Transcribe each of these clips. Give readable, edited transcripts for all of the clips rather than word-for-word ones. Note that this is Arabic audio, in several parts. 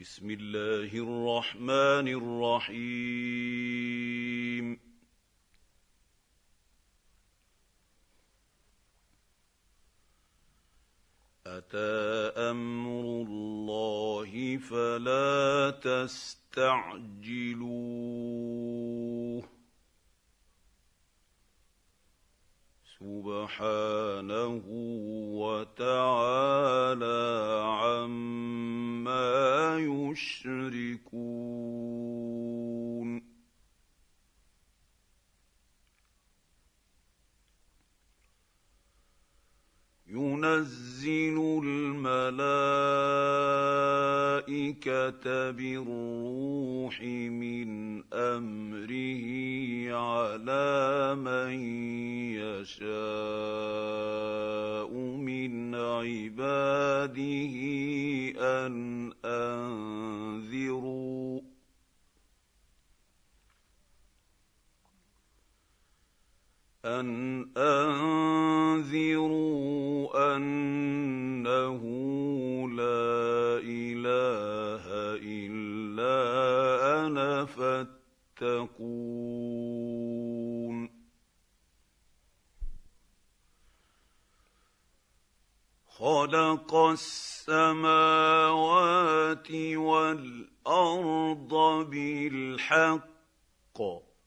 بسم الله الرحمن الرحيم. أتى أمر الله فلا تستعجلوه سبحانه وتعالى عما يشركون. ينزل الملائكة بالروح من أمره على من يشاء من عباده أن أنذروا أنه لا إله إلا أنا فاتقون. خلق السماوات والأرض بالحق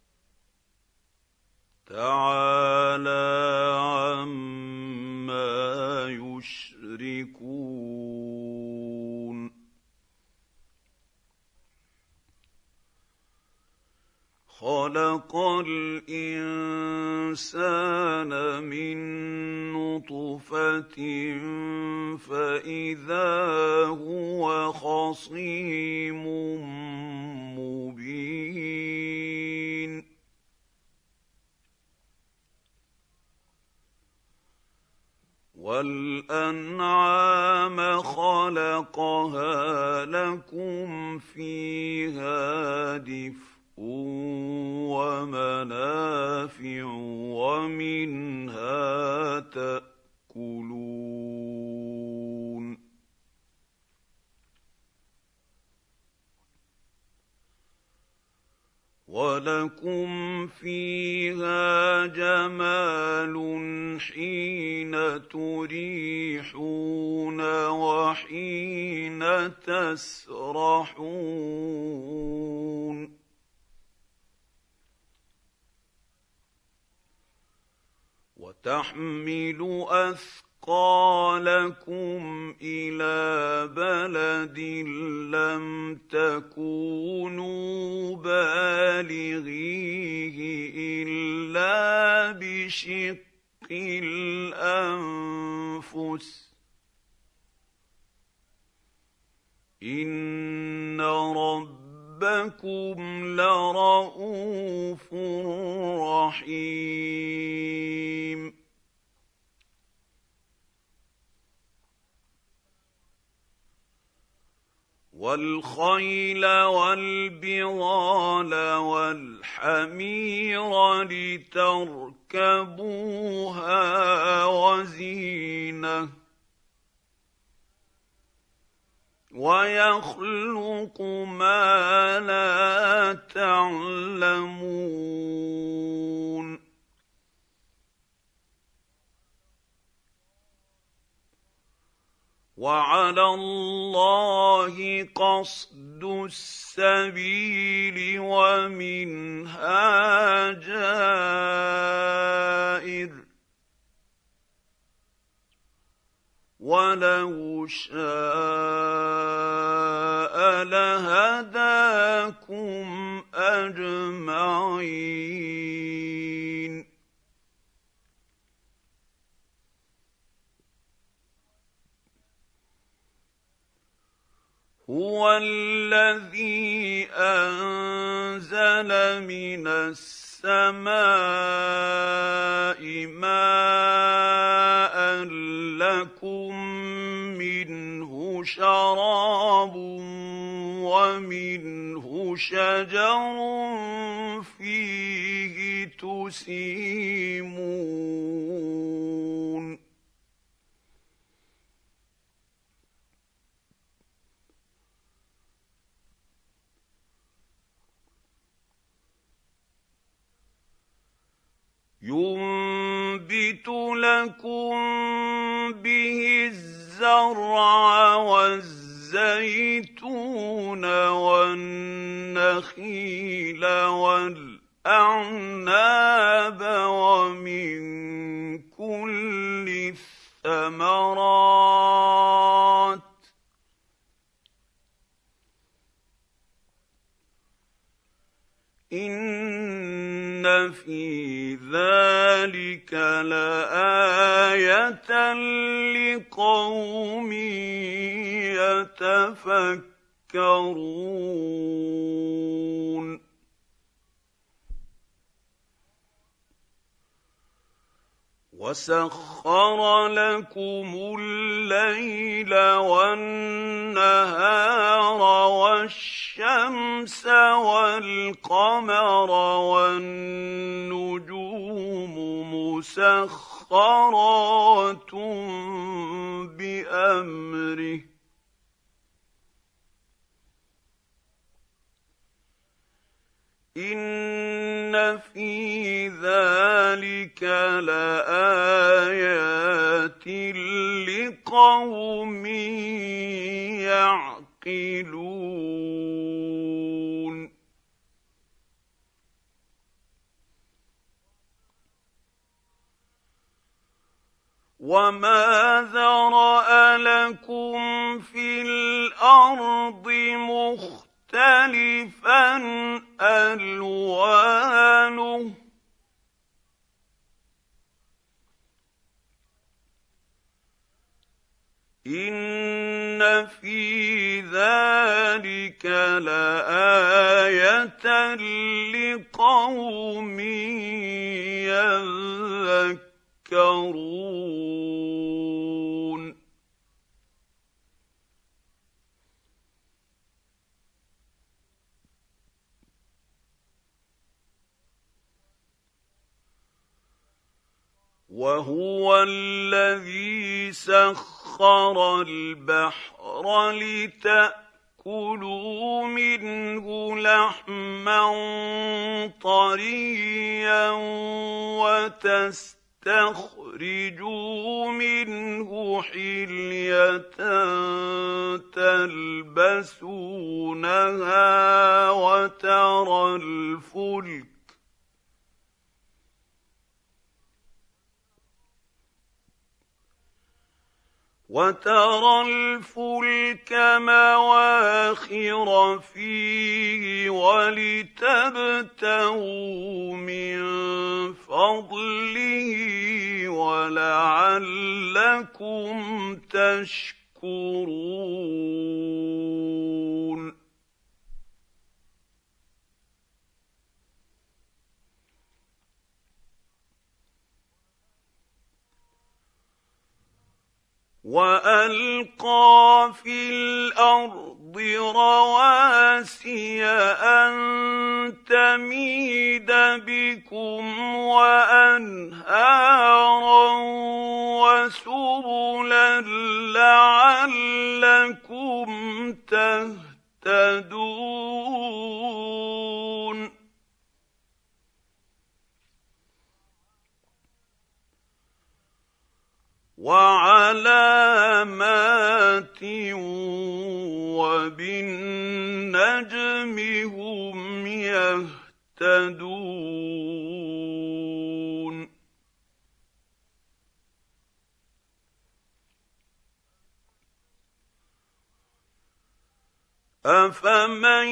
تعالى عما يشركون. خلق الإنسان من نطفة فإذا هو خصيم مبين. والأنعام خلقها لكم فيها دفء ومنافع ومنها تأكلون. ولكم فيها جمال حين تريحون وحين تسرحون. وتحمل أثقالكم إلى بلد لم تكونوا بالغيه إلا بشق الأنفس إن ربكم لرءوف رحيم. والخيل والبغال والحمير لتركبوها وزينة ويخلق ما لا تعلمون. وعلى الله قصد السبيل ومنها جائر ولو شاء لهداكم أجمعين. هو الذي أنزل من السماء ماء لكم منه شراب ومنه شجر فيه تسيمون. ينبت لكم به الزرع والزيتون والنخيل والأعناب ومن كل الثمرات إن في ذلك لآية لقوم يتفكرون وسخر لكم الليل والنهار والشمس والقمر والنجوم مسخرات بأمره إن في ذلك لآيات لقوم يعقلون وما ذرأ لكم في الأرض مختلفا ألوانه إن في ذلك لآية لقوم يذكرون وهو الذي سخر البحر لتأكلوا منه لحما طريا وتستخرجوا منه حلية تلبسونها وترى الفلك مواخر فيه ولتبتغوا من فضله ولعلكم تشكرون وألقى في الأرض رواسي أن تميد بكم وأنهارا وسبلا لعلكم تهتدون وعلامات وبالنجم هم يهتدون أفمن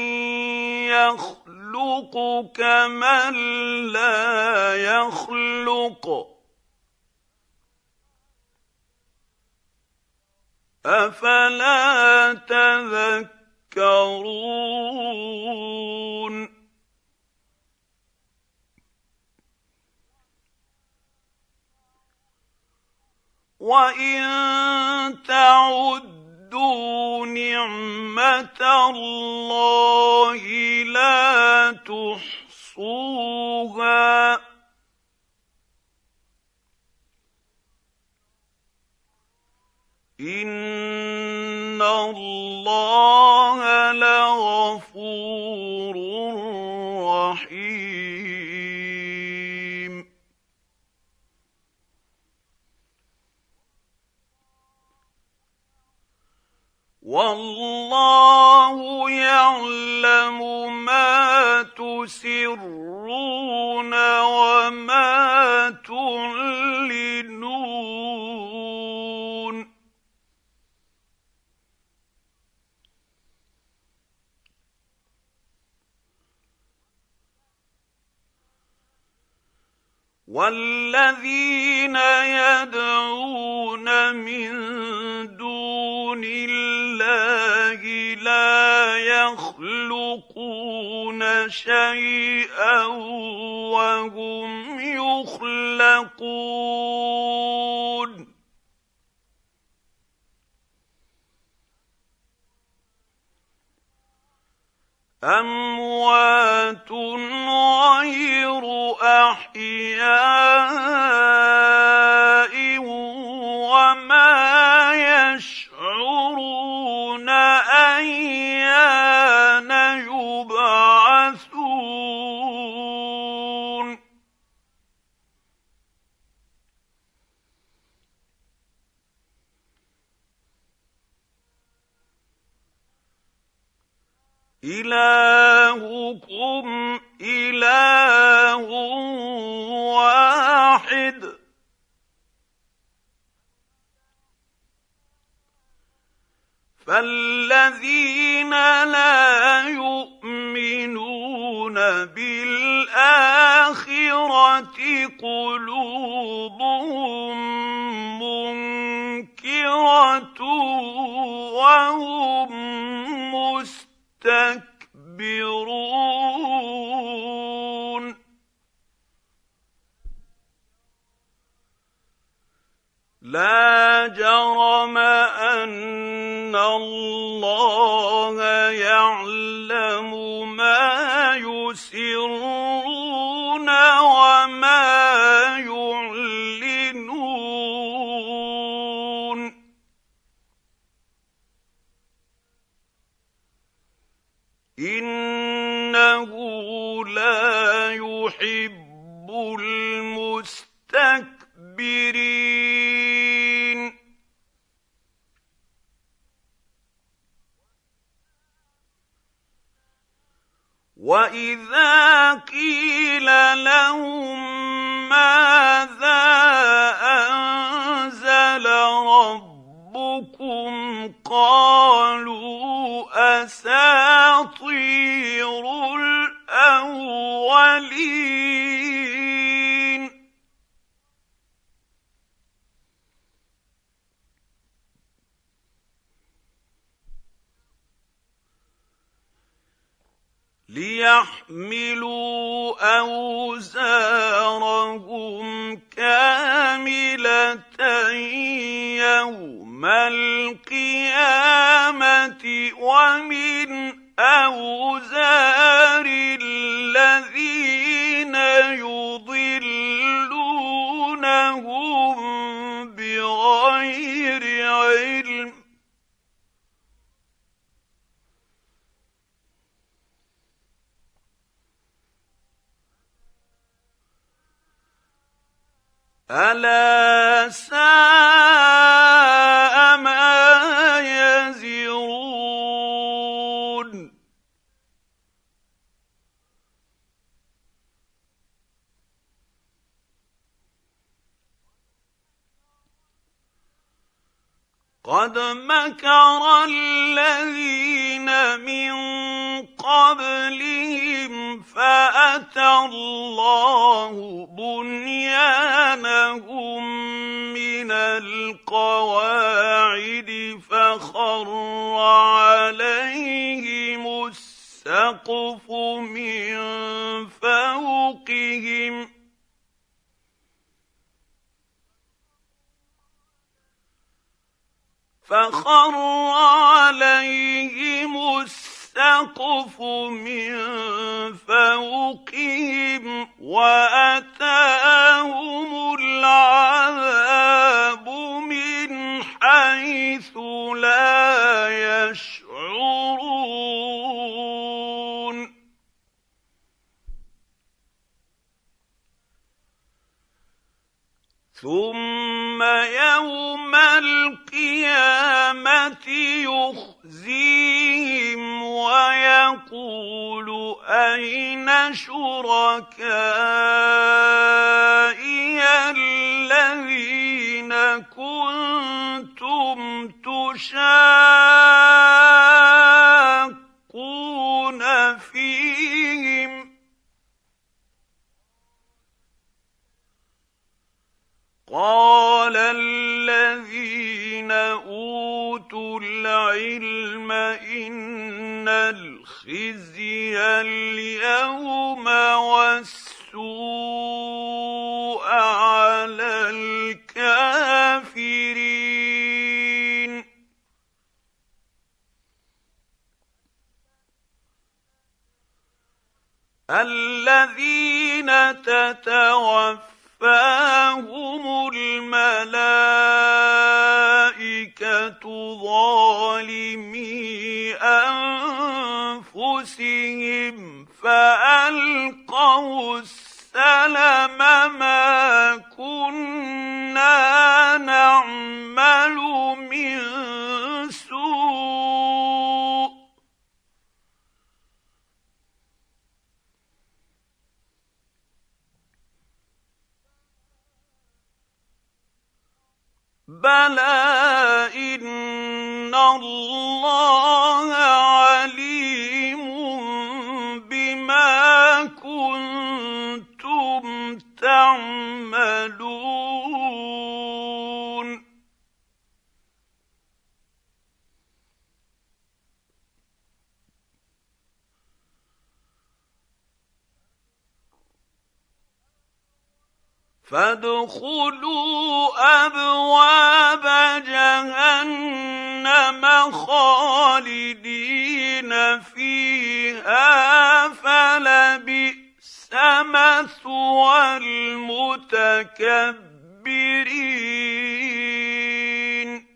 يخلق كمن لا يخلق أفلا تذكرون وإن تعدوا نعمة الله لا تحصوها إن الله لغفور رحيم والله يعلم ما تسرون وما تعلنون والذين يدعون من دون الله لا يخلقون شيئا وهم يخلقون أموات غير أحياء وما يشعرون أيان يبعثون إلهكم إله واحد فالذين لا يؤمنون بالآخرة قلوبهم منكرة وهم مستكبرون لا جرم أن الله يعلم ما يسرون وما يعلنون إنه لا يحب المستكبرين وإذا قيل لهم ماذا أنزل ربكم قالوا أساطير الأولين ليحملوا أوزارهم كاملة يوم القيامة ومن أوزار الذين يضلونهم بغير علم ألا ساء ما يزرون قد مكر الذين من قبلهم فأتى الله بنيانهم من القواعد فخر عليهم السقف من فوقهم فخر عليهم السقف من فوقهم وأتاهم العذاب من حيث لا يشعرون ثم يوم القيامة يخرجون يخزيهم ويقول أين شركائي الذين كنتم تشاقون فيهم قال الذين أوتوا العلم إن الخزي اليوم والسوء على الكافرين الذين تتوفاهم الملائكة ظالمي أنفسهم فألقوا السلم ما كنا نعمل من سوء بلى إن الله عليم بما كنتم تعملون فادخلوا أبواب جهنم خالدين فيها فلبئس مثوى المتكبرين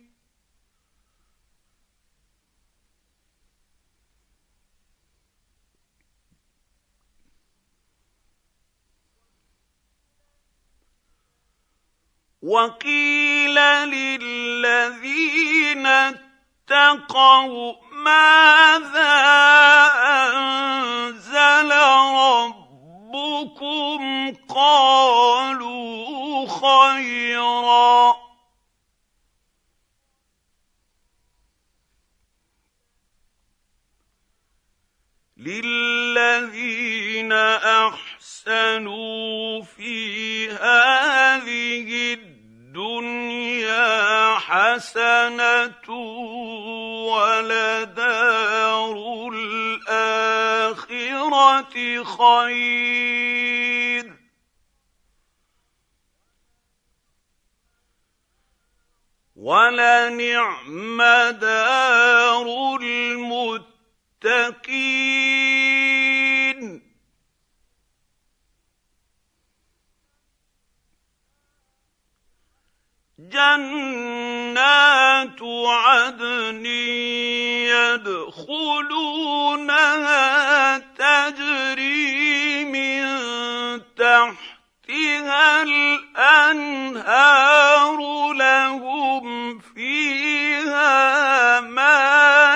وقيل للذين اتقوا ماذا أنزل ربكم قالوا خيرا للذين أحسنوا في هذه الدنيا حسنة ولدار الآخرة خير ولنعم دار المتقين جنات عدن يدخلونها تجري من تحتها الأنهار لهم فيها ما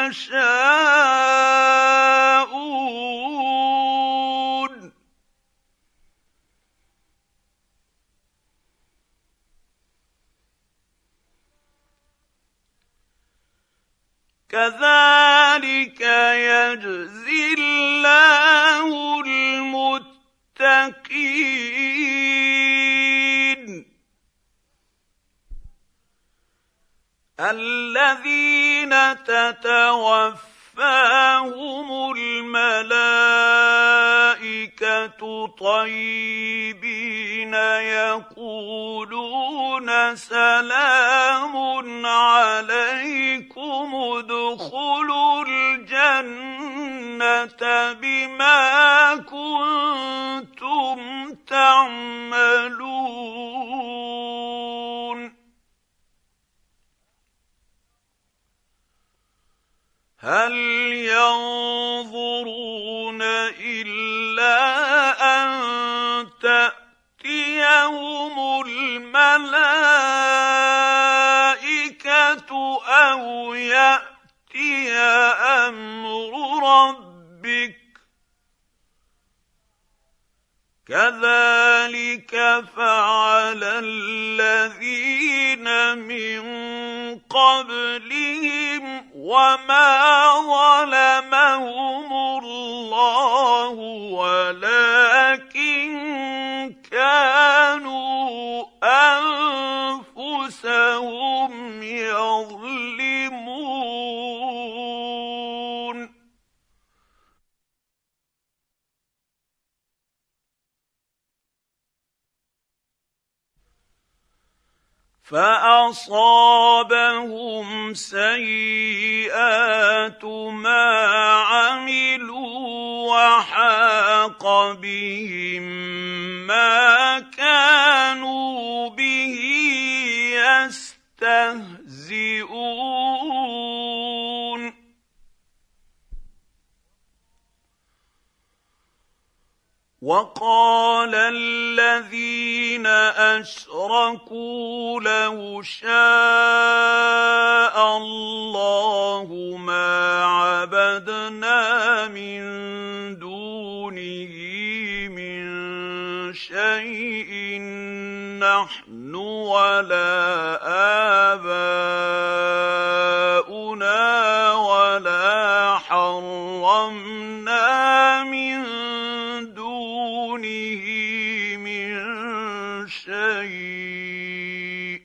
يشاءون كذلك يجزي الله المتقين الذين تتوفاهم الملائكة طيبين يقولون سلام عليكم ادخلوا الجنة بما كنتم تعملون هل ينظرون إلا أن تأتيهم الملائكة أو يأتي امر ربك كذلك فعل الذين من قبلهم وما ظلمهم الله ولكن كانوا انفسهم يظلمون فأصابهم سيئات ما عملوا وحاق بهم ما كانوا به يستهزئون وقال الذين أشركوا لو شاء الله ما عبدنا من دونه من شيء نحن ولا آباؤنا ولا حرمنا من دونه من شيء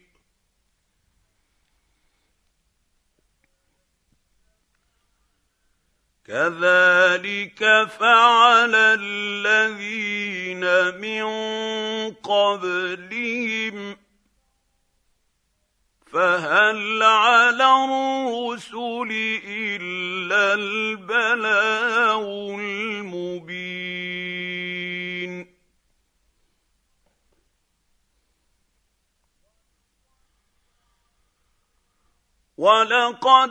كذلك فعل الذين من قبلهم فهل على الرسل إلا البلاغ المبين ولقد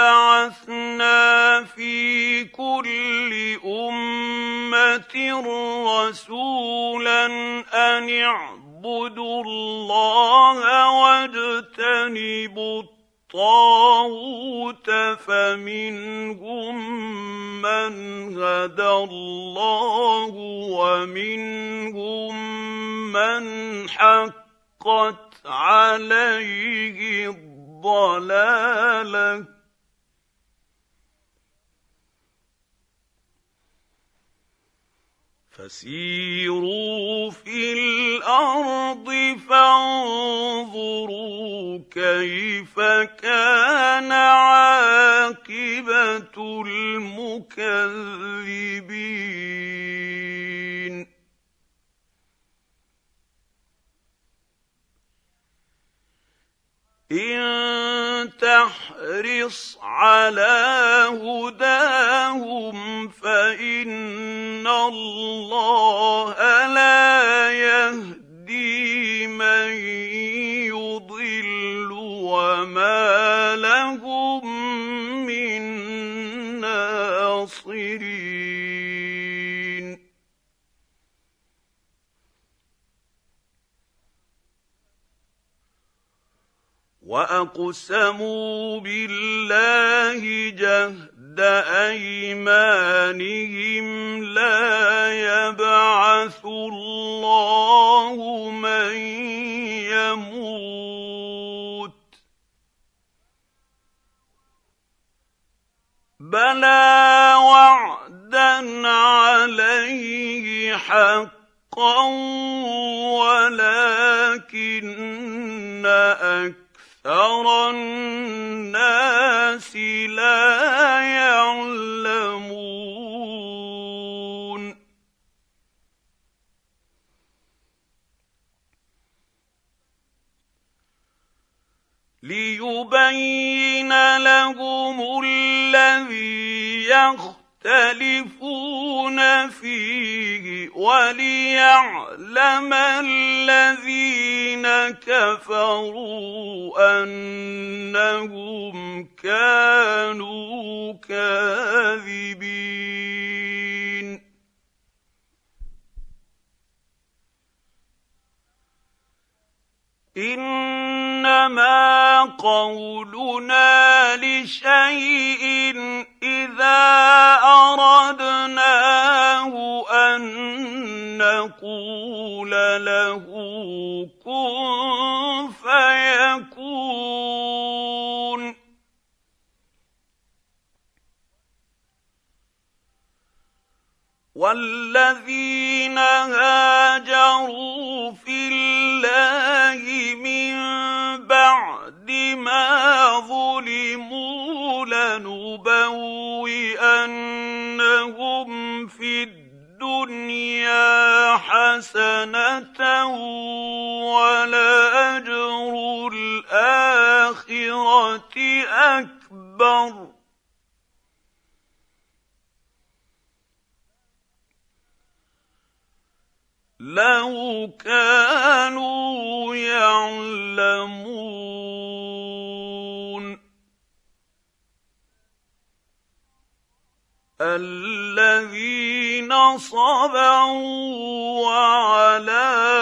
بعثنا في كل أمة رسولا أن اعبدوا الله واجتنبوا الطاغوت فمنهم من هدى الله ومنهم من حقت عليه الضلاله فسيروا في الأرض فانظروا كيف كان عاقبة المكذبين إن تحرص على هداهم فإن الله لا يهدي من يضل وما لهم من ناصرين وأقسموا بالله جهد أيمانهم لا يبعث الله من يموت بلى وعدا عليه حقا ولكن أكثر الناس لا يعلمون ليبين لهم الذي يختلفون فيه وليعلم الذين كفروا أنهم كانوا كاذبين انما قولنا لشيء اذا اردناه ان نقول له كن فيكون. والذين هاجروا في الله من بعد ما ظلموا لنبوئنهم في الدنيا حسنة ولأجر الآخرة أكبر لو كانوا يعلمون. الذين صبروا وعلى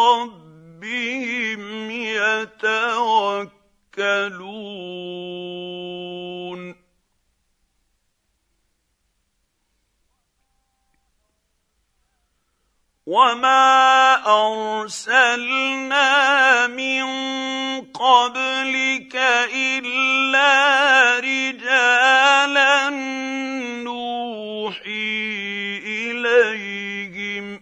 ربهم يتوكلون. وما أرسلنا من قبلك إلا رجالا نوحي إليهم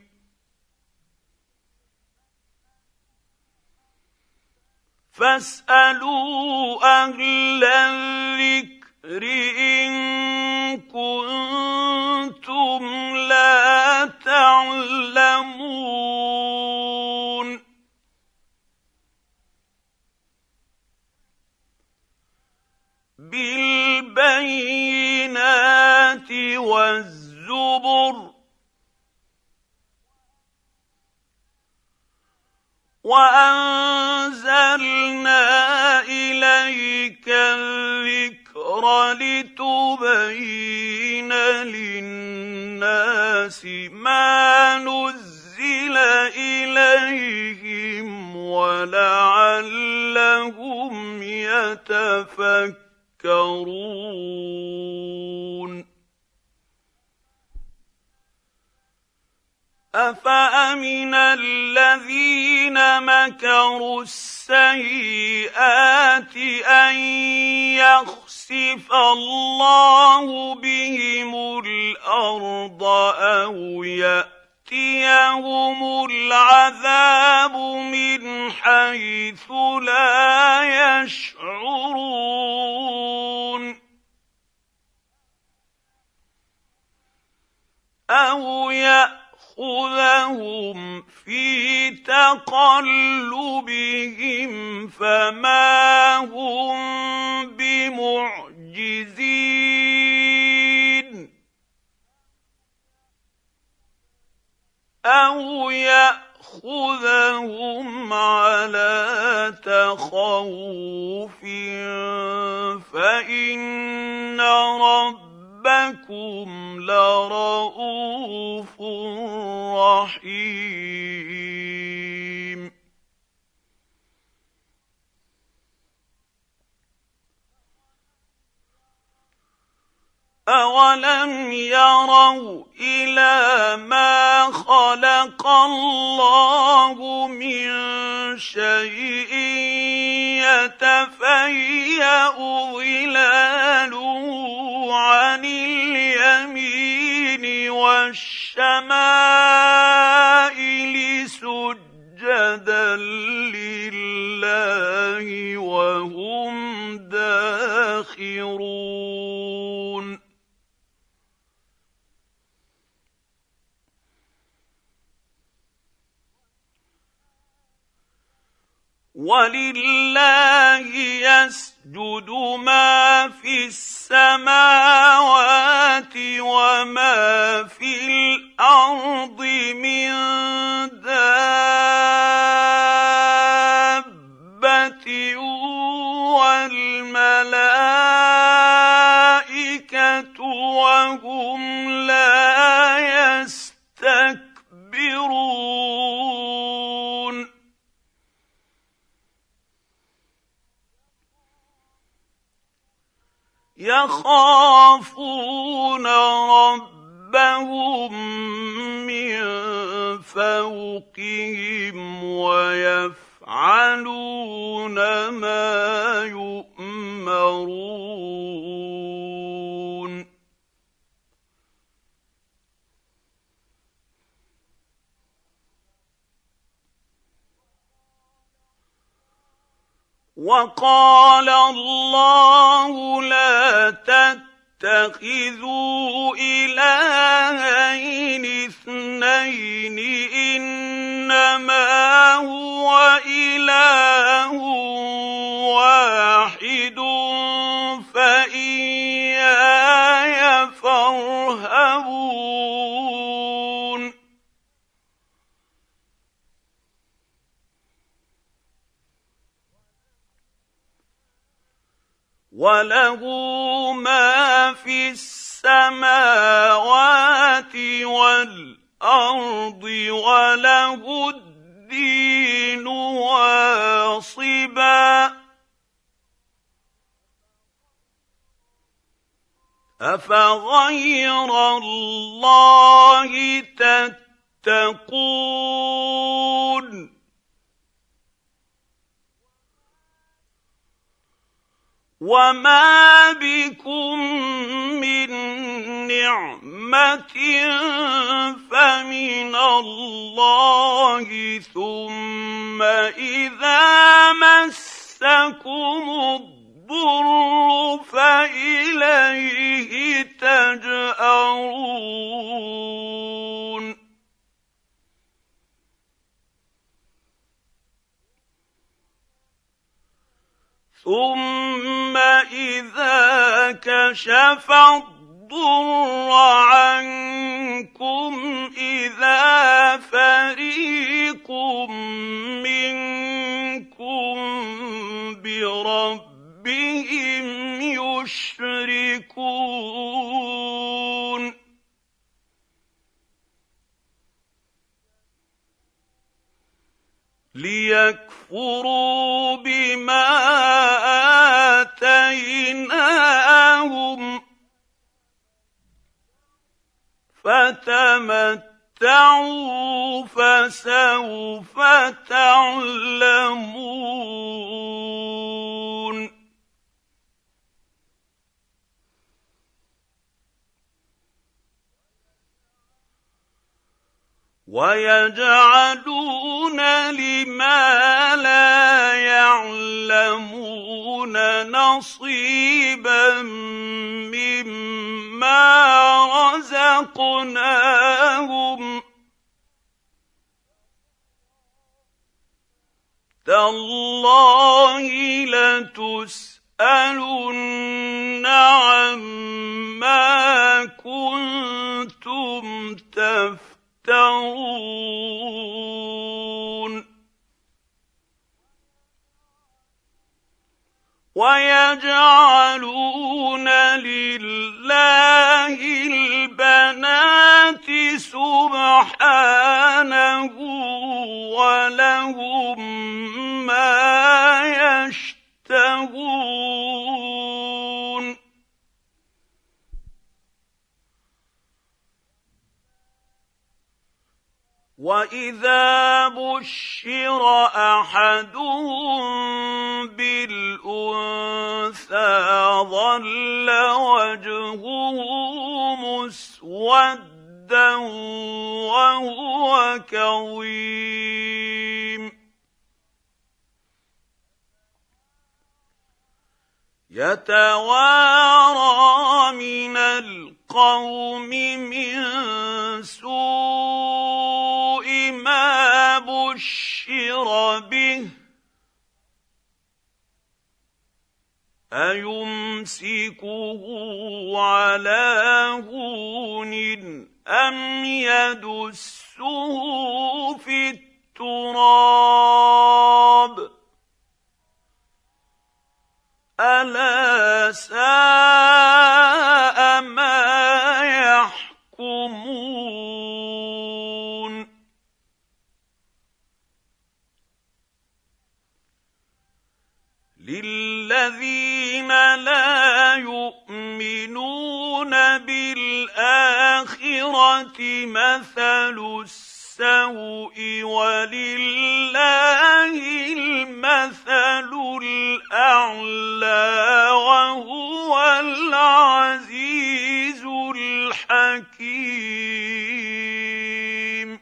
فاسألوا أهل الذكر إن كنتم لا تعلمون. بالبينات والزبر وأنزلنا إليك الذكر لتبين للناس ما نزل إليهم ولعلهم يتفكرون. أفأمن الذين مكروا السيئات أن يخسف الله بهم الأرض أو يأتيهم العذاب من حيث لا يشعرون أو يأخذهم في تقلبهم فما هم بمعجزين أو يأخذهم على تخوف فإن ربكم لرؤوف رحيم. أولم يروا إلى ما خلق الله من شيء يتفيأ ظلاله عن اليمين والشمائل سجدا لله وهم داخرون. ولله يسجد ما في السماوات وما في الأرض من دابة والملائكة وهم لا يستكبرون. يخافون ربهم من فوقهم ويفعلون ما يؤمرون. وقال الله لا تتخذوا إلهين اثنين إنما هو إله واحد فإياي فارهبون. وله ما في السماوات والأرض وله الدين واصبا. أفغير الله تتقون. وما بكم من نعمة فمن الله ثم إذا مسكم الضر فإليه تجأرون. ثم إذا كشف الضر عنكم إذا فريق منكم بربهم يشركون. ليكفروا بما آتيناهم فتمتعوا فسوف تعلمون. ويجعلون لما لا يعلمون نصيبا مما رزقناهم. تالله لتسألن عما كنتم تفترون. ويجعلون لله البنات سبحانه ولهم ما يشتهون. وإذا بشر أحدهم بالأنثى ظل وجهه مسودا وهو كظيم. يتوارى من القوم من سوء ما بشر به أيمسكه على هون أم يدسه في التراب ألا ساء ما يحكمون. للذين لا يؤمنون يؤمنون بالآخرة مثل السوء ولله المثل الأعلى وهو العزيز الحكيم.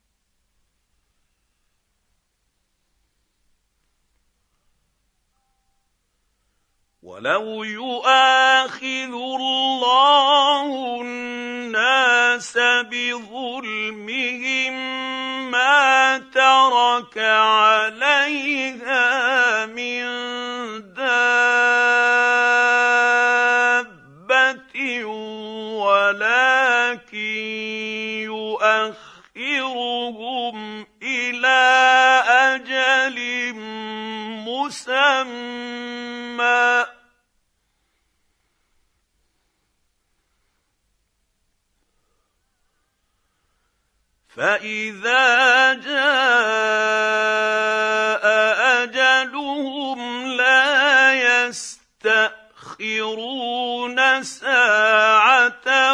ولو يؤاخذ الله الناس بظلمهم ما ترك عليها من دابة ولكن يؤخرهم إلى أجل مسمى فإذا جاء أجلهم لا يستأخرون ساعة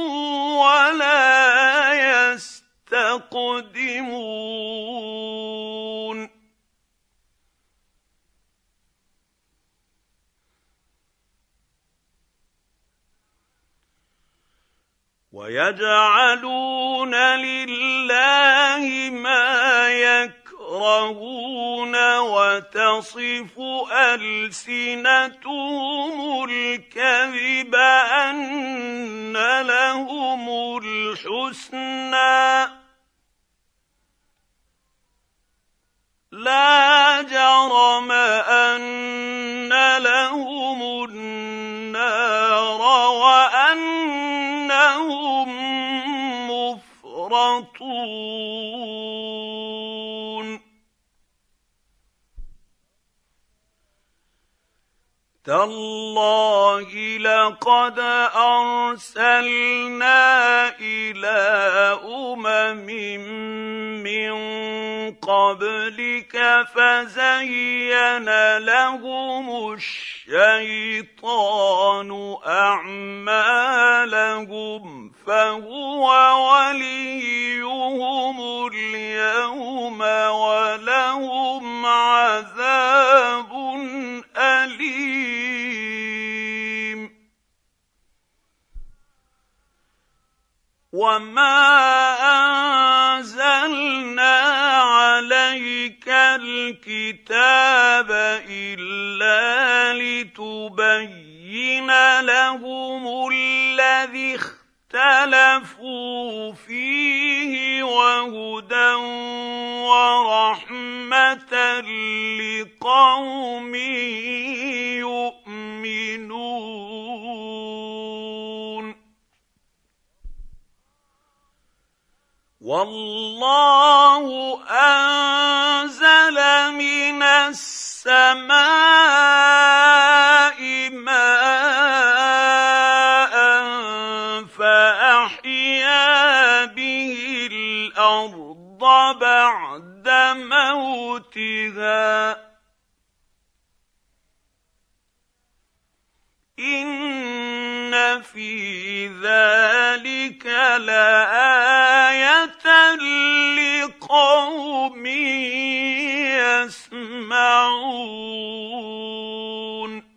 ولا يستقدمون. ويجعلون لله ما يكرهون وتصف ألسنتهم الكذب أن لهم الحسنى لا جرم أن لهم النار وأنهم مفرطون. تالله لقد أرسلنا إلى أمم من قبلك فزين لهم الشيطان أعمالهم فهو وليهم اليوم ولهم عذاب أليم. وما أنزلنا عليك الكتاب إلا لتبين لهم الذي اختلفوا فيه وهدى ورحمة لقوم يؤمنون. والله أنزل من السماء ماء فأحيا به الأرض بعد موتها إن في ذلك لآية لقوم يسمعون.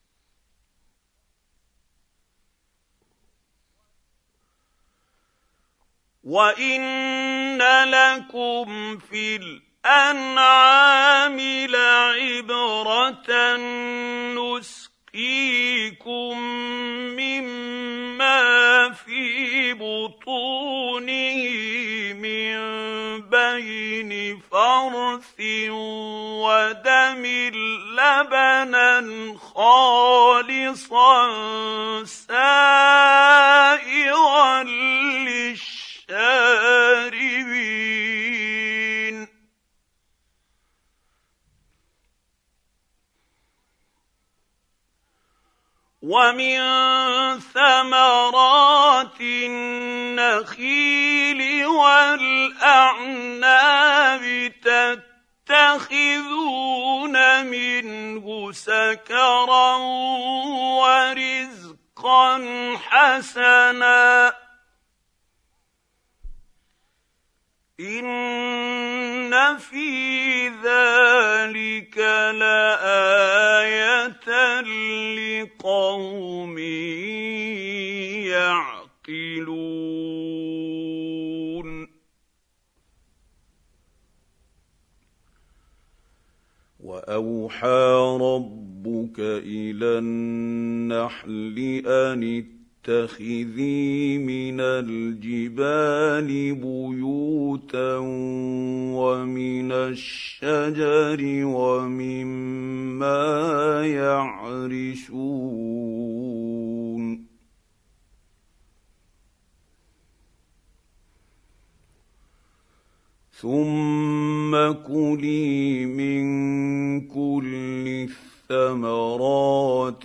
وإن لكم في الأنعام لعبرة نسقيكم مما في بطونه من بين فرث ودم لبنا خالصا سائغا للشاربين. ومن ثمرات النخيل والأعناب تتخذون منه سكرا ورزقا رزقا حسنا إن في ذلك لآية لقوم يعقلون وأوحى ربك إلى النحل أن اتخذي من الجبال بيوتا ومن الشجر ومما يعرشون ثم كلي من كل الثمرات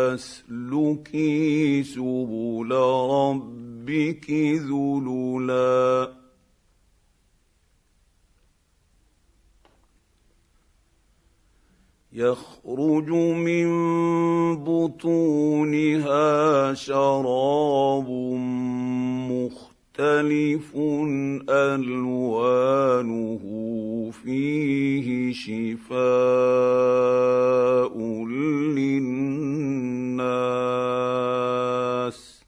فاسلكي سبل ربك ذللا يخرج من بطونها شراب مختلف ألوانه فيه شفاء للناس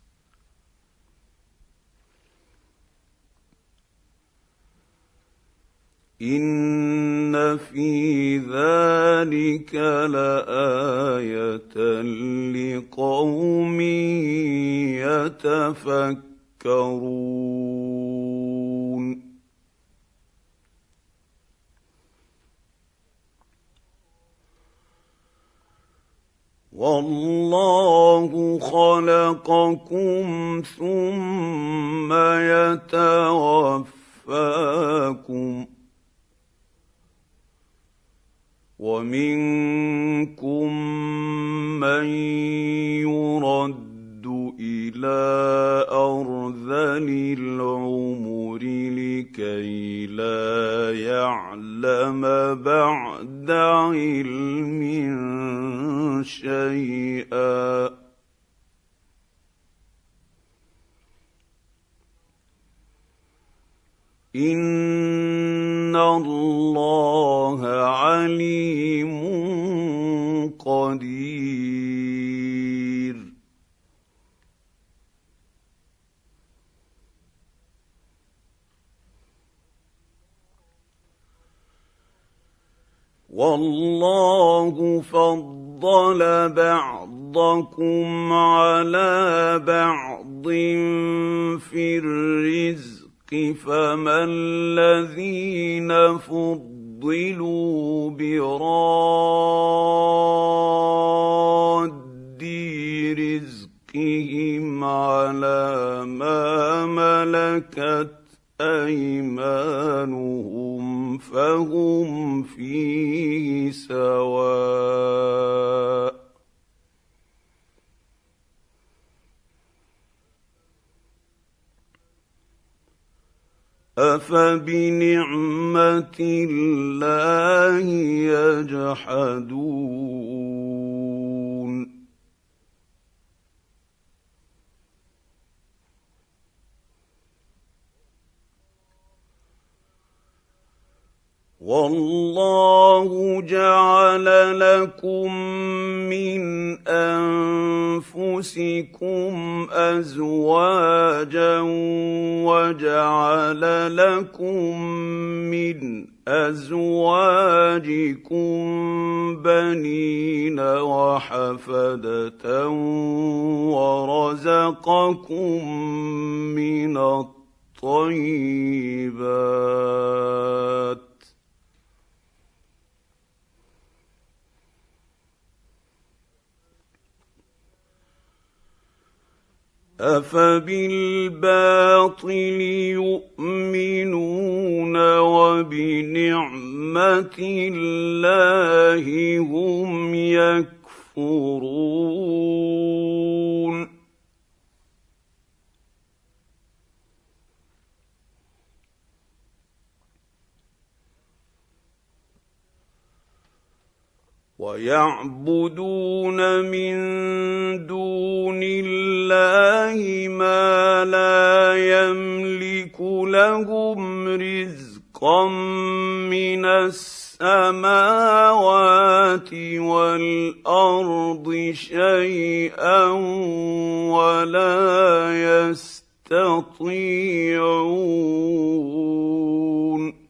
إن في ذلك لآية لقوم يتفكرون والله خلقكم ثم يتوفاكم ومنكم من يرد إلى أرذل العمر لكي لا يعلم بعد علم شيئا إن الله عليم قدير والله فضل بعضكم على بعض في الرزق فما الذين فضلوا براد رزقهم على ما ملكت أيمانهم فهم فيه سواء أفبنعمة الله يجحدون والله جعل لكم من أنفسكم أزواجا وجعل لكم من أزواجكم بنين وحفدة ورزقكم من الطيبات أفبالباطل يؤمنون وبنعمة الله هم يكفرون ويعبدون من دون الله ما لا يملك لهم رزقا من السماوات والارض شيئا ولا يستطيعون.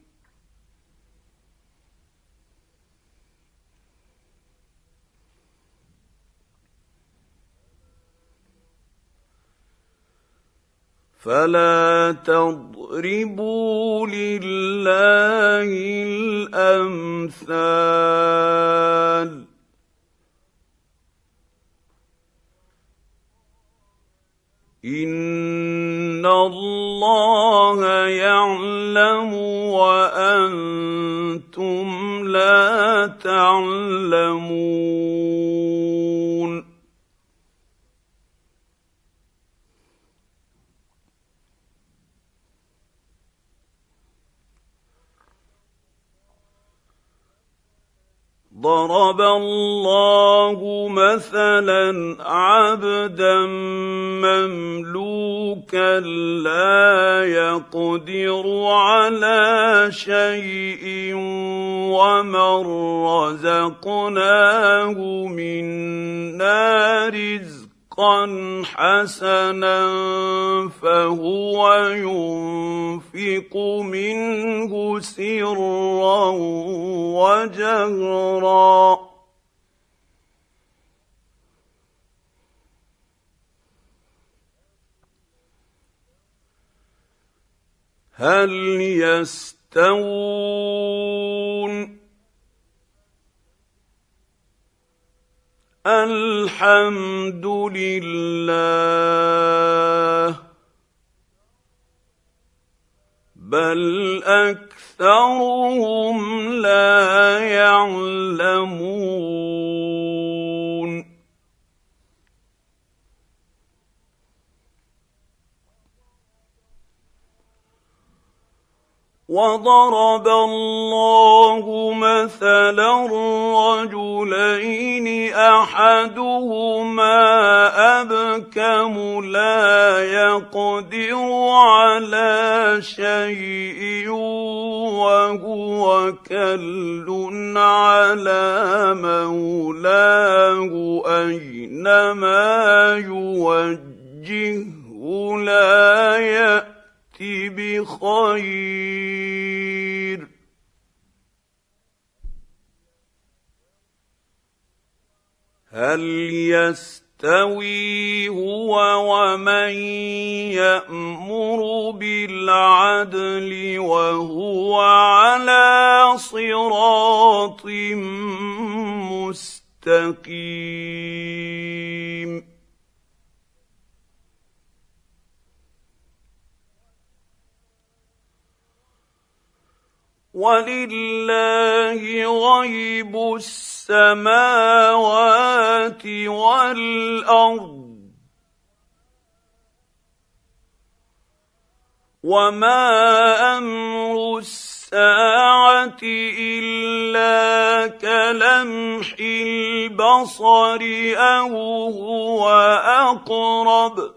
فلا تضربوا لله الامثال ان الله يعلم وانتم لا تعلمون. ضرب الله مثلا عبدا مملوكا لا يقدر على شيء ومن رزقناه منا رزقا حسنا فهو ينفق منه سرا وجهرا هل يستوون؟ الحمد لله بل اكثرهم لا يعلمون. وضرب الله مثلا رجلين احدهما ابكم لا يقدر على شيء وهو كل على مولاه اينما يوجهه لا يأتي بخير هل يستوي هو ومن يأمر بالعدل وهو على صراط مستقيم؟ ولله غيب السماوات والارض وما امر الساعه الا كلمح البصر او هو اقرب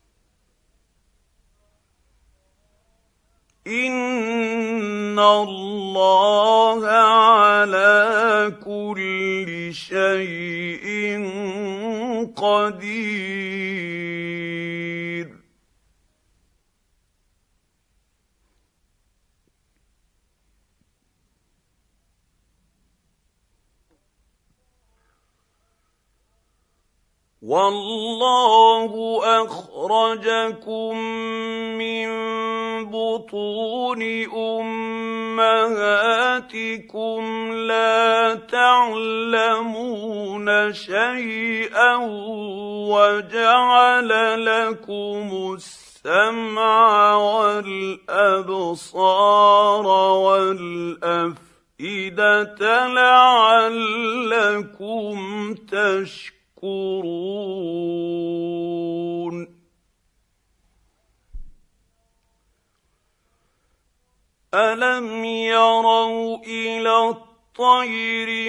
إن الله على كل شيء قدير. والله أخرجكم من بطون أمهاتكم لا تعلمون شيئا وجعل لكم السمع والأبصار والأفئدة لعلكم تشكرون. ألم يروا إلى والطير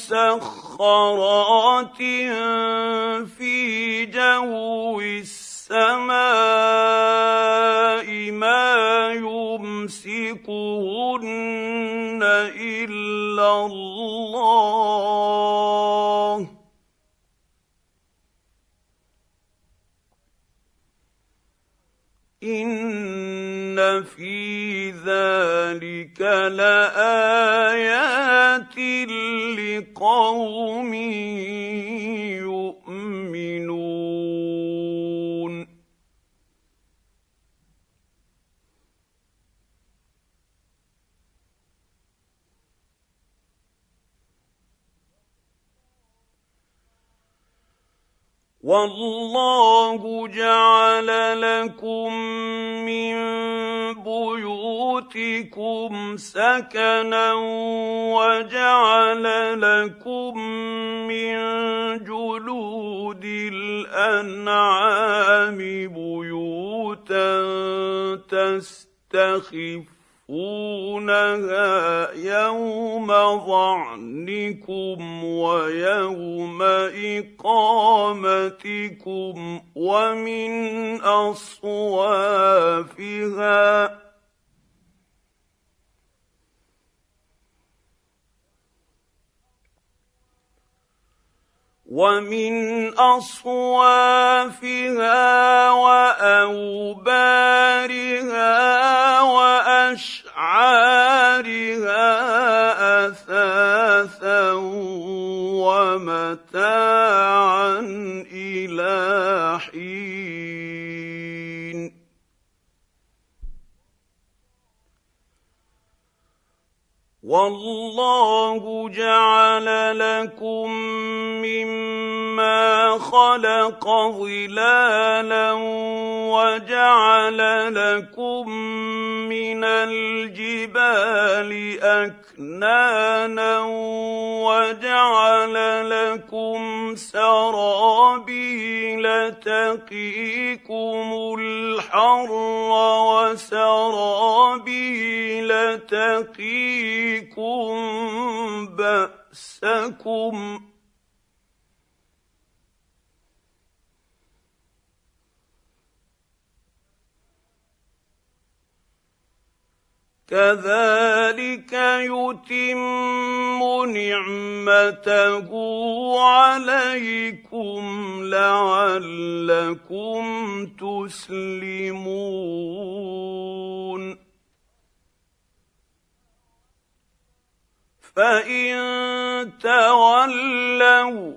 مسخرات في جو السماء ما يمسكهن إلا الله إن في ذلك لآيات لقوم يؤمنون والله جعل لكم من بيوتكم سكنا وجعل لكم من جلود الأنعام بيوتا تستخفونها يوم ظعنكم ويوم إقامتكم ومن أصوافها وأوبارها وأشعارها أثاثا ومتاعا إلى حين والله جعل لكم مما خلق ظلالا وجعل لكم من الجبال أكنانا وجعل لكم سرابيل تقيكم الحر وسرابيل تقيكم بأسكم كذلك يتم نعمته عليكم لعلكم تسلمون فإن تولوا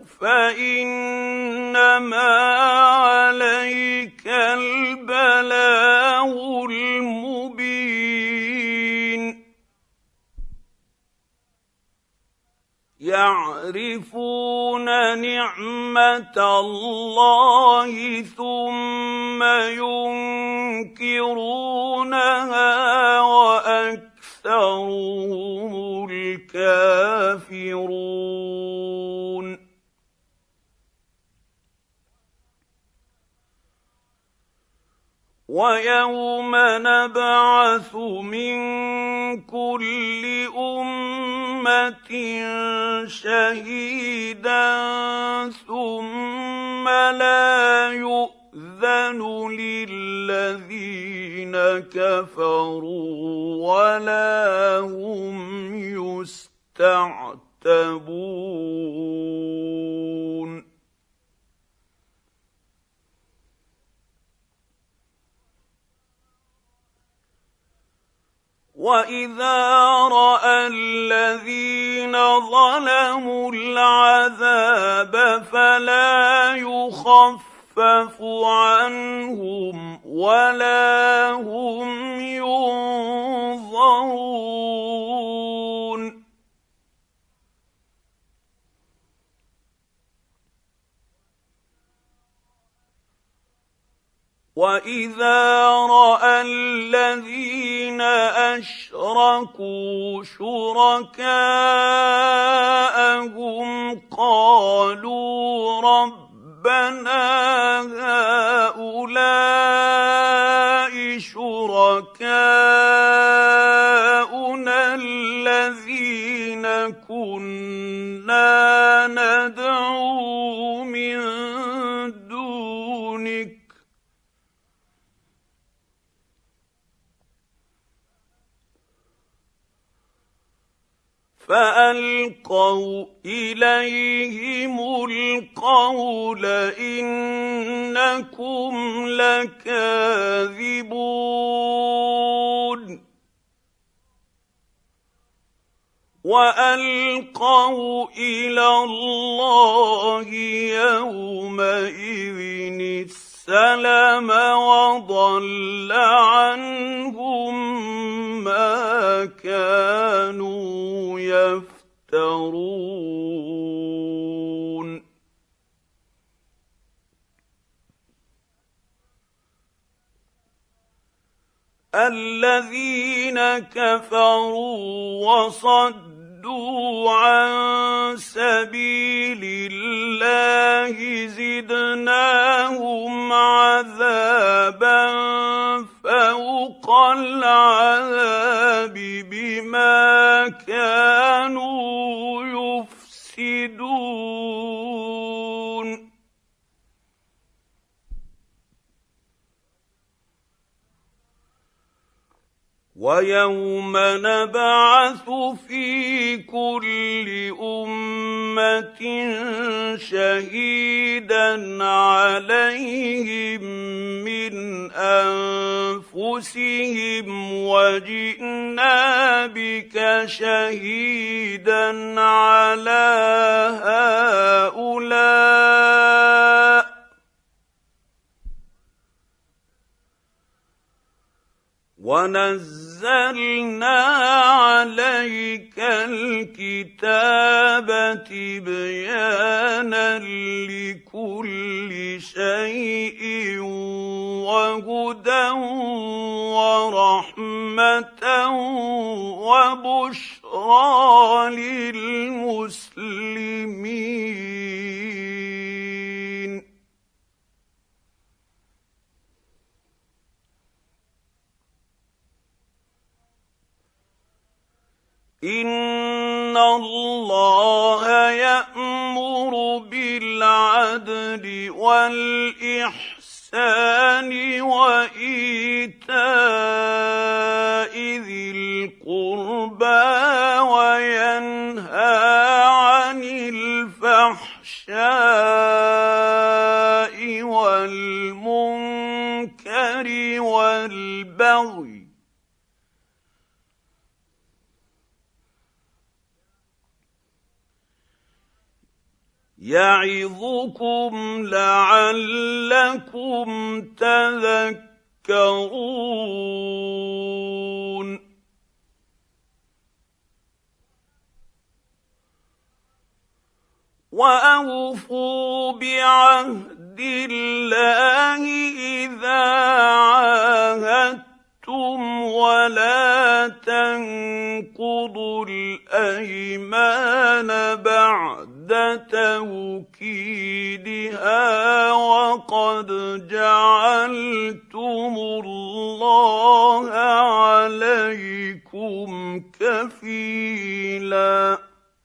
فإنما عليك البلاغ المبين يعرفون نعمة الله ثم ينكرونها وأكثرهم الكافرون ويوم نبعث من كل أمة شهيدا ثم لا يؤذن للذين كفروا ولا هم يستعتبون وإذا رأى الذين ظلموا العذاب فلا يخفف عنهم ولا هم ينظرون وإذا رأى الذين أشركوا شركاءهم قالوا ربنا هؤلاء شركاؤنا الذين كنا فألقوا إليهم القول إنكم لكاذبون وألقوا إلى الله يومئذ السلم وضل عنهم ما كانوا يفترون الذين كفروا وصدوا عن سبيل الله زدناهم عذابا فوق العذاب بما كانوا يفسدون ويوم نبعث في كل أمة شهيدا عليهم من أنفسهم وجئنا بك شهيدا على هؤلاء ونزلنا عليك الكتاب تبيانا لكل شيء وهدى ورحمة وبشرى للمسلمين إن الله يأمر بالعدل والإحسان وإيتاء ذي القربى وينهى عن الفحشاء والمنكر والبغي يعظكم لعلكم تذكرون وأوفوا بعهد الله إذا عاهدتم ولا تنقضوا الأيمان بعد توكيدها وقد جعلتم الله عليكم كفيلا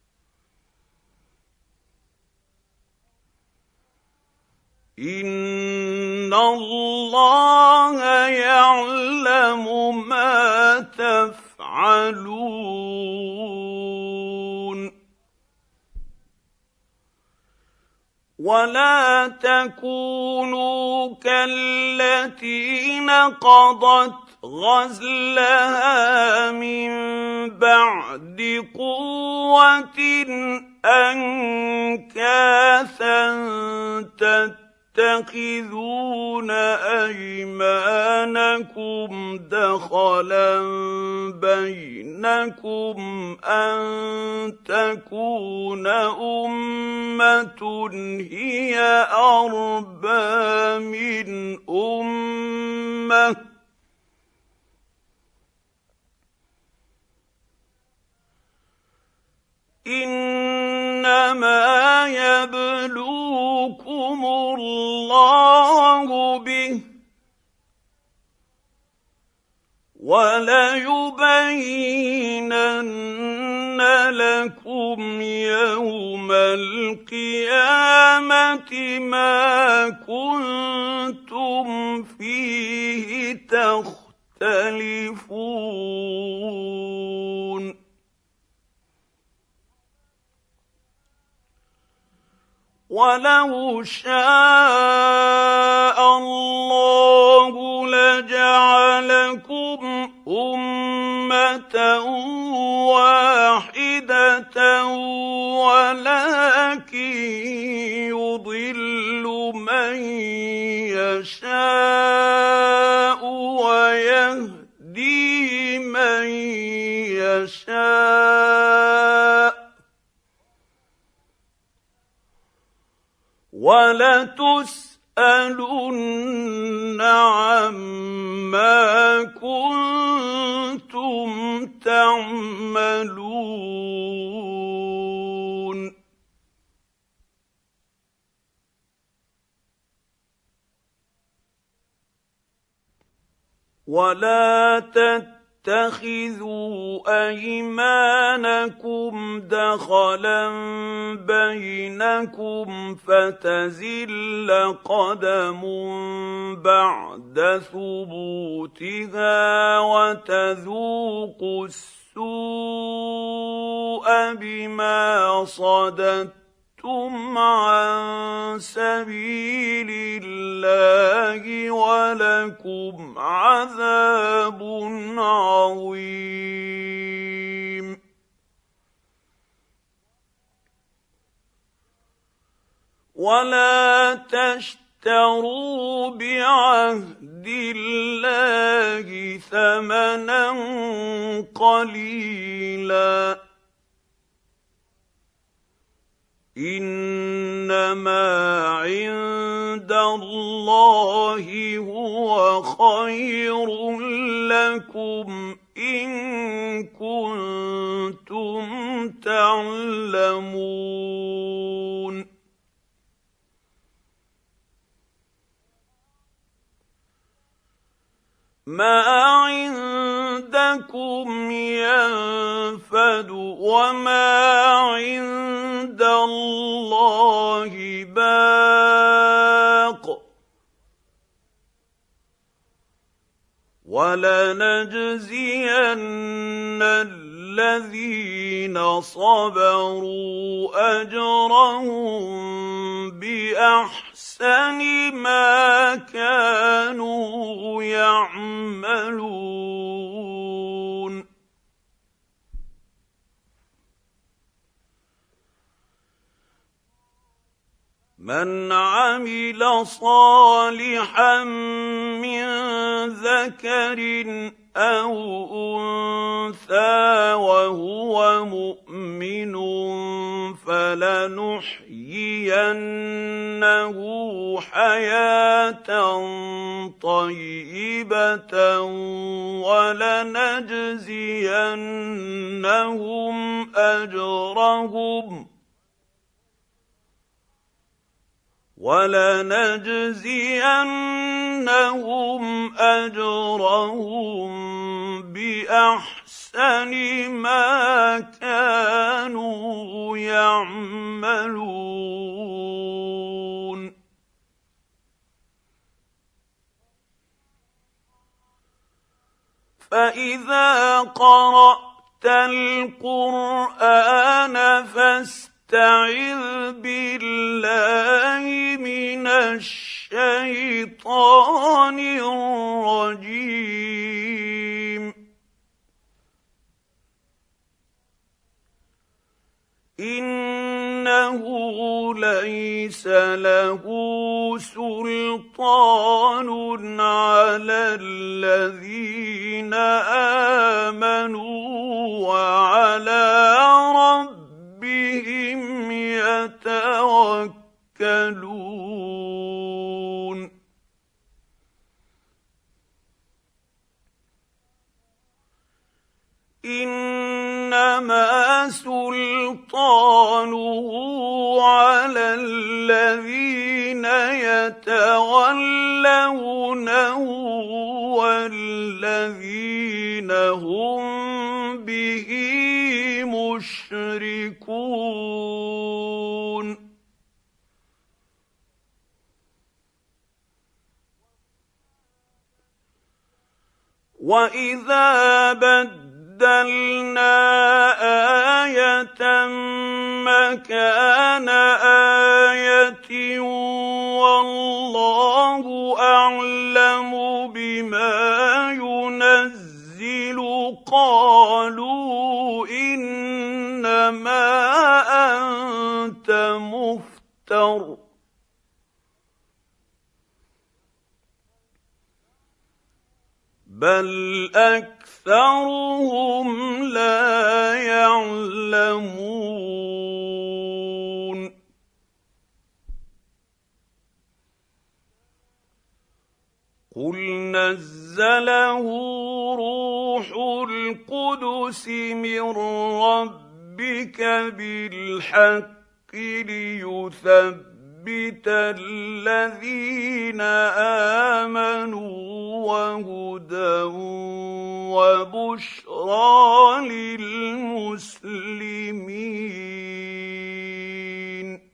إن الله يعلم ما تفعلون ولا تكونوا كالتي نقضت غزلها من بعد قوة أنكاثا تتخذون أيمانكم دخلا بينكم أن تكون أمة هي أربى من أمة إنما يبلوكم الله به وليبينن لكم يوم القيامة ما كنتم فيه تختلفون وَلَوْ شَاءَ اللَّهُ لَجَعَلَكُمْ أُمَّةً وَاحِدَةً وَلَٰكِن يُضِلُّ مَن يَشَاءُ وَيَهْدِي مَن يَشَاءُ ۚ وَلَتُسْأَلُنَّ عَمَّا كُنتُمْ تَعْمَلُونَ وَلَا تَتَّخِذُوا أَيْمَانَكُمْ دَخَلًا بَيْنَكُمْ فَتَزِلَّ قَدَمٌ بَعْدَ ثُبُوتِهَا وَتَذُوقُوا السُّوءَ بِمَا صَدَدتُّمْ عَن سَبِيلِ اللَّهِ وَلَكُمْ عَذَابٌ عَظِيمٌ وَلَا تَشْتَرُوا بِعَهْدِ اللَّهِ ثَمَنًا قَلِيلًا ۚ إِنَّمَا عِندَ اللَّهِ هُوَ خَيْرٌ لَّكُمْ إِن كُنتُمْ تَعْلَمُونَ مَا عِندَكُمْ يَنفَدُ وَمَا عِندَ اللَّهِ بَاقٍ ۗ وَلَنَجْزِيَنَّ الَّذِينَ صَبَرُوا أَجْرَهُم بِأَحْسَنِ مَا كَانُوا يَعْمَلُونَ مَنْ عَمِلَ صَالِحًا مِّن ذَكَرٍ أَوْ أُنثَىٰ وَهُوَ مُؤْمِنٌ فَلَنُحْيِيَنَّهُ حَيَاةً طَيِّبَةً وَلَنَجْزِيَنَّهُمْ أَجْرَهُم بِأَحْسَنِ مَا كَانُوا يَعْمَلُونَ فَإِذَا قَرَأْتَ الْقُرْآنَ فَاسْتَعِذْ بِاللَّهِ مِنَ الشَّيْطَانِ الرَّجِيمِ إِنَّهُ لَيْسَ لَهُ سُلْطَانٌ عَلَى الَّذِينَ آمَنُوا وَعَلَىٰ رَبِّهِمْ يَتَوَكَّلُونَ إِنَّمَا سُلْطَانُهُ عَلَى الَّذِينَ يَتَوَلَّوْنَهُ وَالَّذِينَ هُم بِهِ مُشْرِكُونَ وَإِذَا بَدَّلْنَا آية مكان آية والله أعلم بما ينزل قالوا إنما أنت مفتر بل أكثرهم لا يعلمون قل نزله روح القدس من ربك بالحق ليثبت الذين آمنوا وهدى وبشرى للمسلمين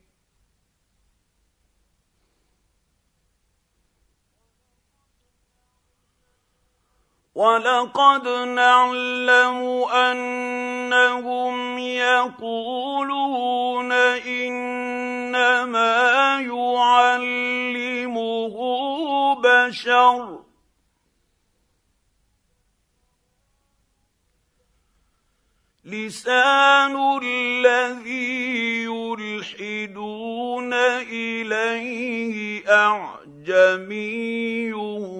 ولقد نعلم أنهم يقولون إنما يعلمه بشر لسان الذي يلحدون إليه أعجمي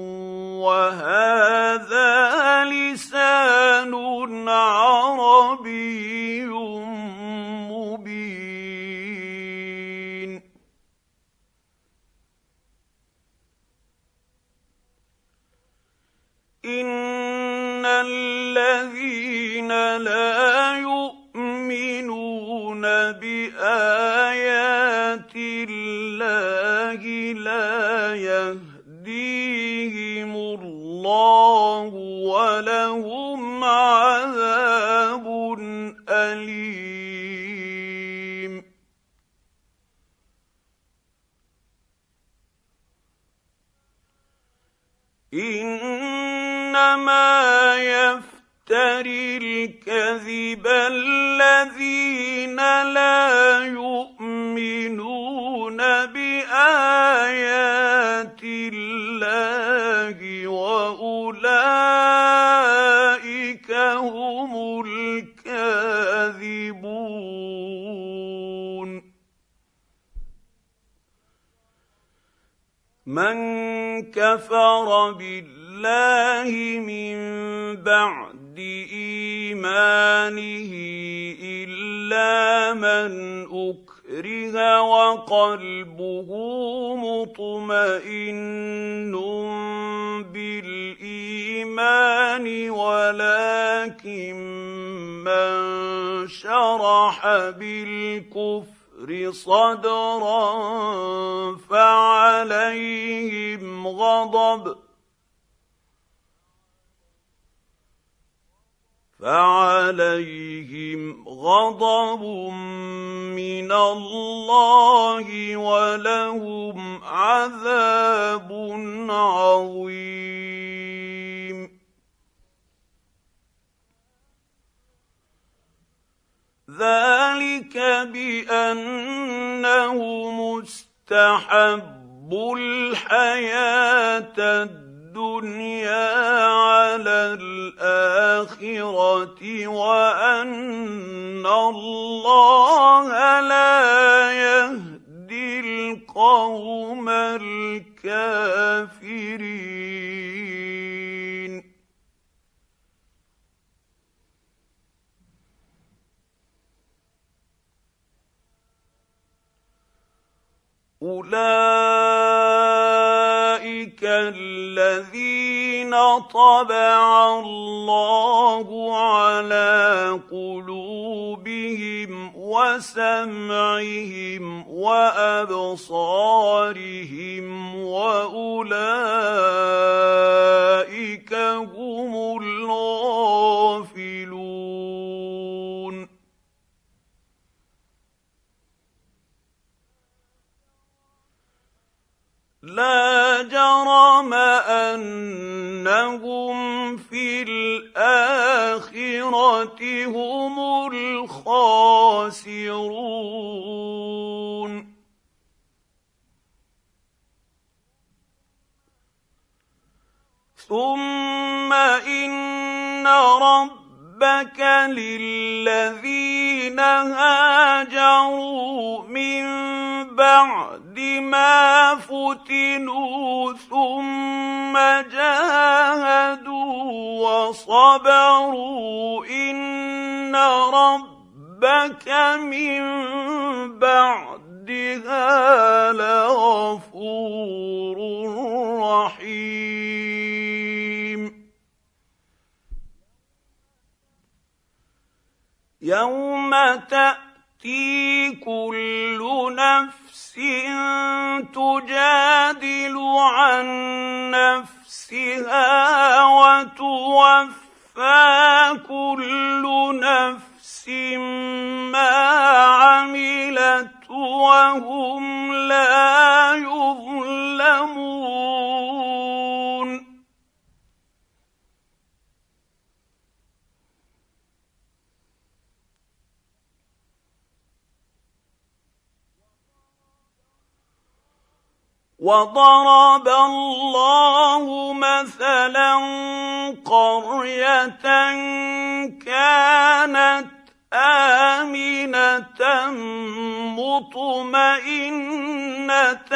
وهذا لسان عربي مبين إن الذين لا يؤمنون بآيات الله لا يهديهم الله ولهم عذاب أليم إنما يفتري الكذب الذين لا يؤمنون بآيات الله وأولئك هم الكاذبون من كفر بالله من بعد إيمانه إلا من أكره وقلبه مطمئن بالإيمان ولكن من شرح بالكفر صدرا فعليهم غضب من الله ولهم عذاب عظيم ذلك بأنه مستحب الحياة الدنيا على الآخرة وأن الله لا يهدي القوم الكافرين أولئك الذين طبع الله على قلوبهم وسمعهم وأبصارهم وأولئك هم الغافلون لا جرم أنهم في الآخرة هم الخاسرون ثم إن ربك للذين هاجروا من بعد ما فتنوا ثم جاهدوا وصبروا إن ربك من بعدها لغفور رحيم. يوم تأتي كل نفس تجادل عن نفسها وتوفى كل نفس ما عملت وهم لا يظلمون. وضرب الله مثلا قرية كانت آمنة مطمئنة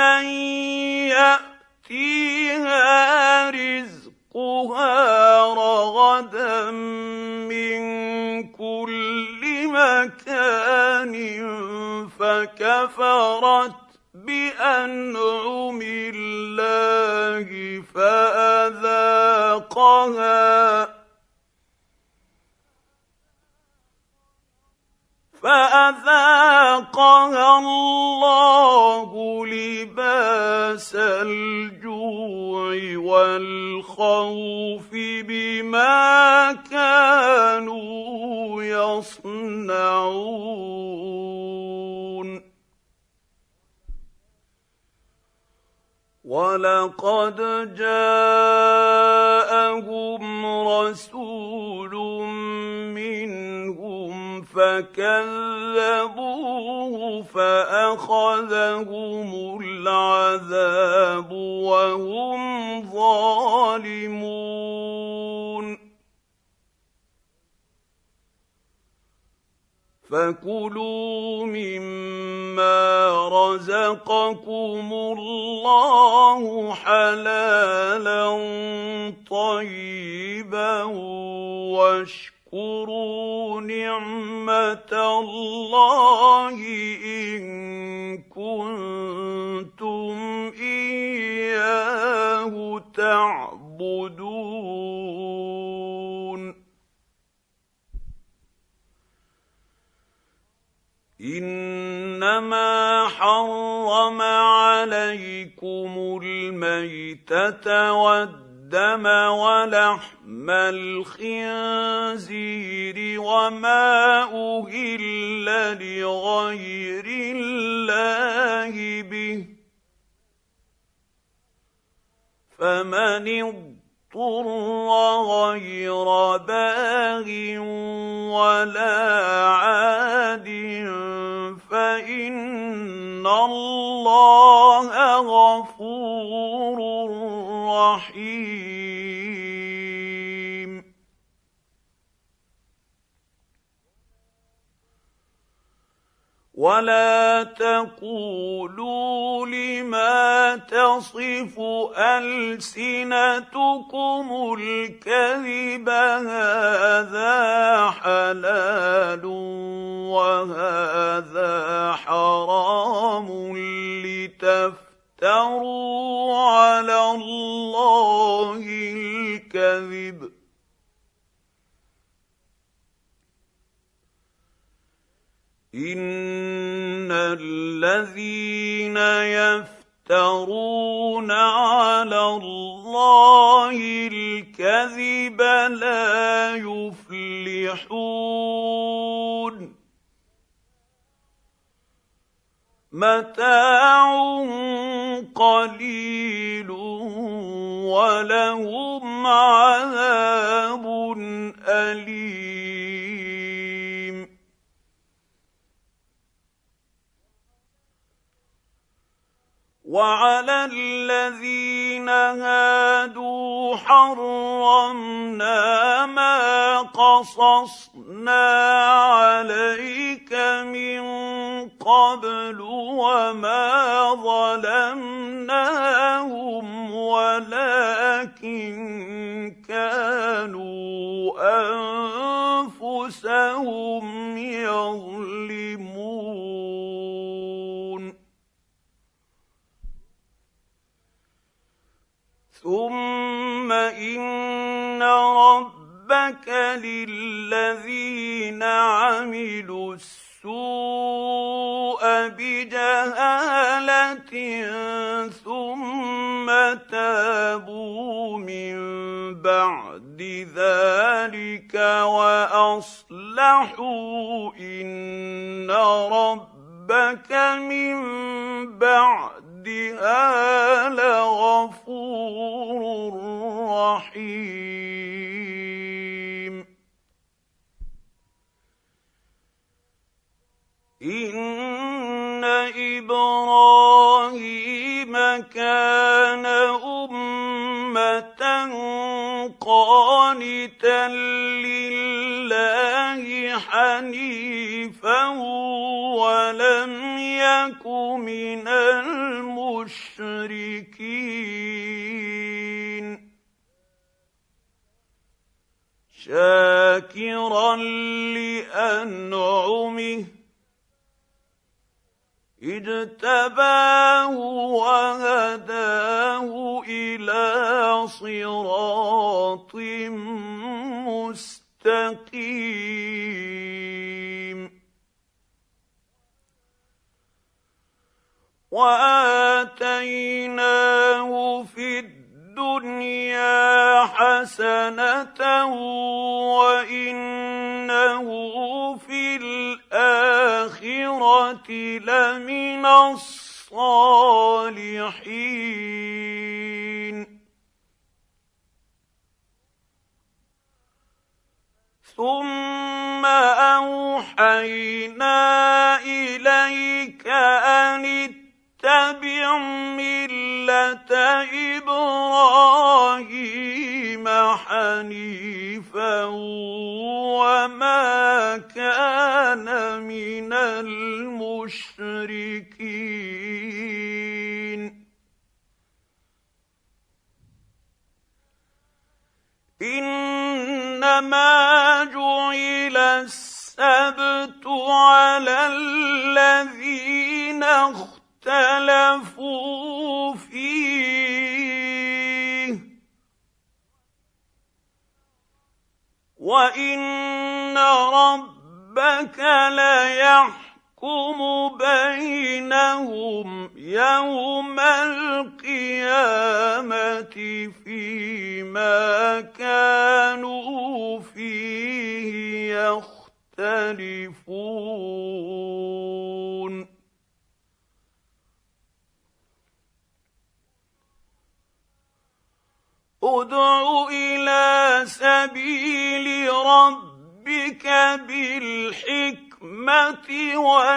يأتيها رزقها رغدا من كل مكان فكفرت بأنعم الله فأذاقها الله لباس الجوع والخوف بما كانوا يصنعون. ولقد جاءهم رسول منهم فكذبوه فأخذهم العذاب وهم ظالمون. فكلوا مما رزقكم الله حلالا طيبا واشكروا نعمة الله إن كنتم إياه تعبدون. إنما حرم عليكم الميتة والدم ولحم الخنزير وما أهل لغير الله به، فمن اضطر غير باغ ولا عاد فإن الله غفور رحيم. ولا تقولوا لما تصف ألسنتكم الكذب هذا حلال وهذا حرام لتفتروا على الله الكذب. إن الذين يفترون على الله الكذب لا يفلحون. متاع قليل ولهم عذاب أليم. وعلى الذين هادوا حرمنا ما قصصنا عليك من قبل وما ظلمناهم ولكن كانوا أنفسهم يظلمون ثم إن ربك للذين عملوا السوء بجهالة ثم تابوا من بعد ذلك وأصلحوا إن ربك من بعدها لغفور رحيم إن إبراهيم كان أمة قانتا لله حنيفا ولم يك من المشركين شاكرا لأنعمه اجتباه وهداه إلى صراط مستقيم وآتيناه في الدنيا حسنة وإنه في الآخرة لمن الصالحين ثم أوحينا إليك أن اتبع ملة إبراهيم حنيفا وما كان من المشركين إنما جعل السبت على الذين اختلفوا فيه وإن ربك ليحكم بينهم يوم القيامة فيما كانوا فيه يختلفون ادع إلى سبيل ربك بالحكمة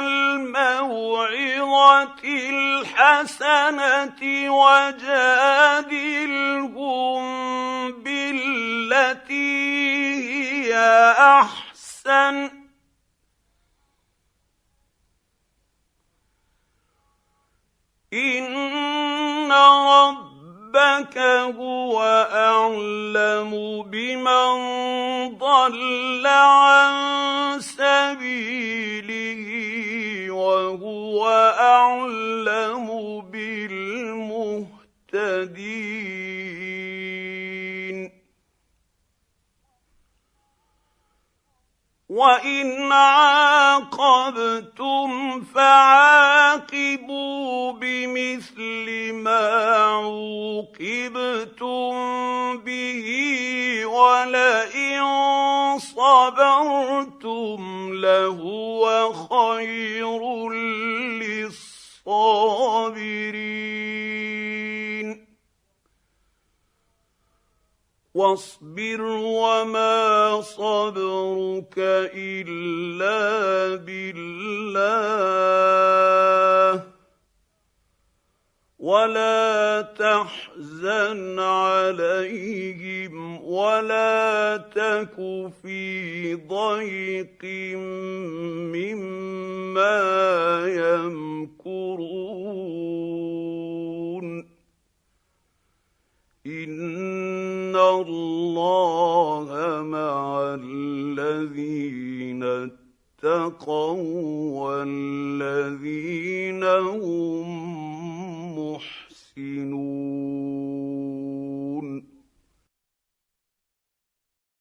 والموعظة الحسنة وجادلهم بالتي هي أحسن إن ربك هو أعلم بمن ضل عن سبيله وهو أعلم بالمهتدين وإن عاقبتم فعاقبوا بمثل ما عوقبتم به ولئن صبرتم لهو خير للصابرين واصبر وما صبرك إلا بالله ولا تحزن عليهم ولا تك في ضيق مما يمكرون إن الله مع الذين اتقوا والذين هم محسنون.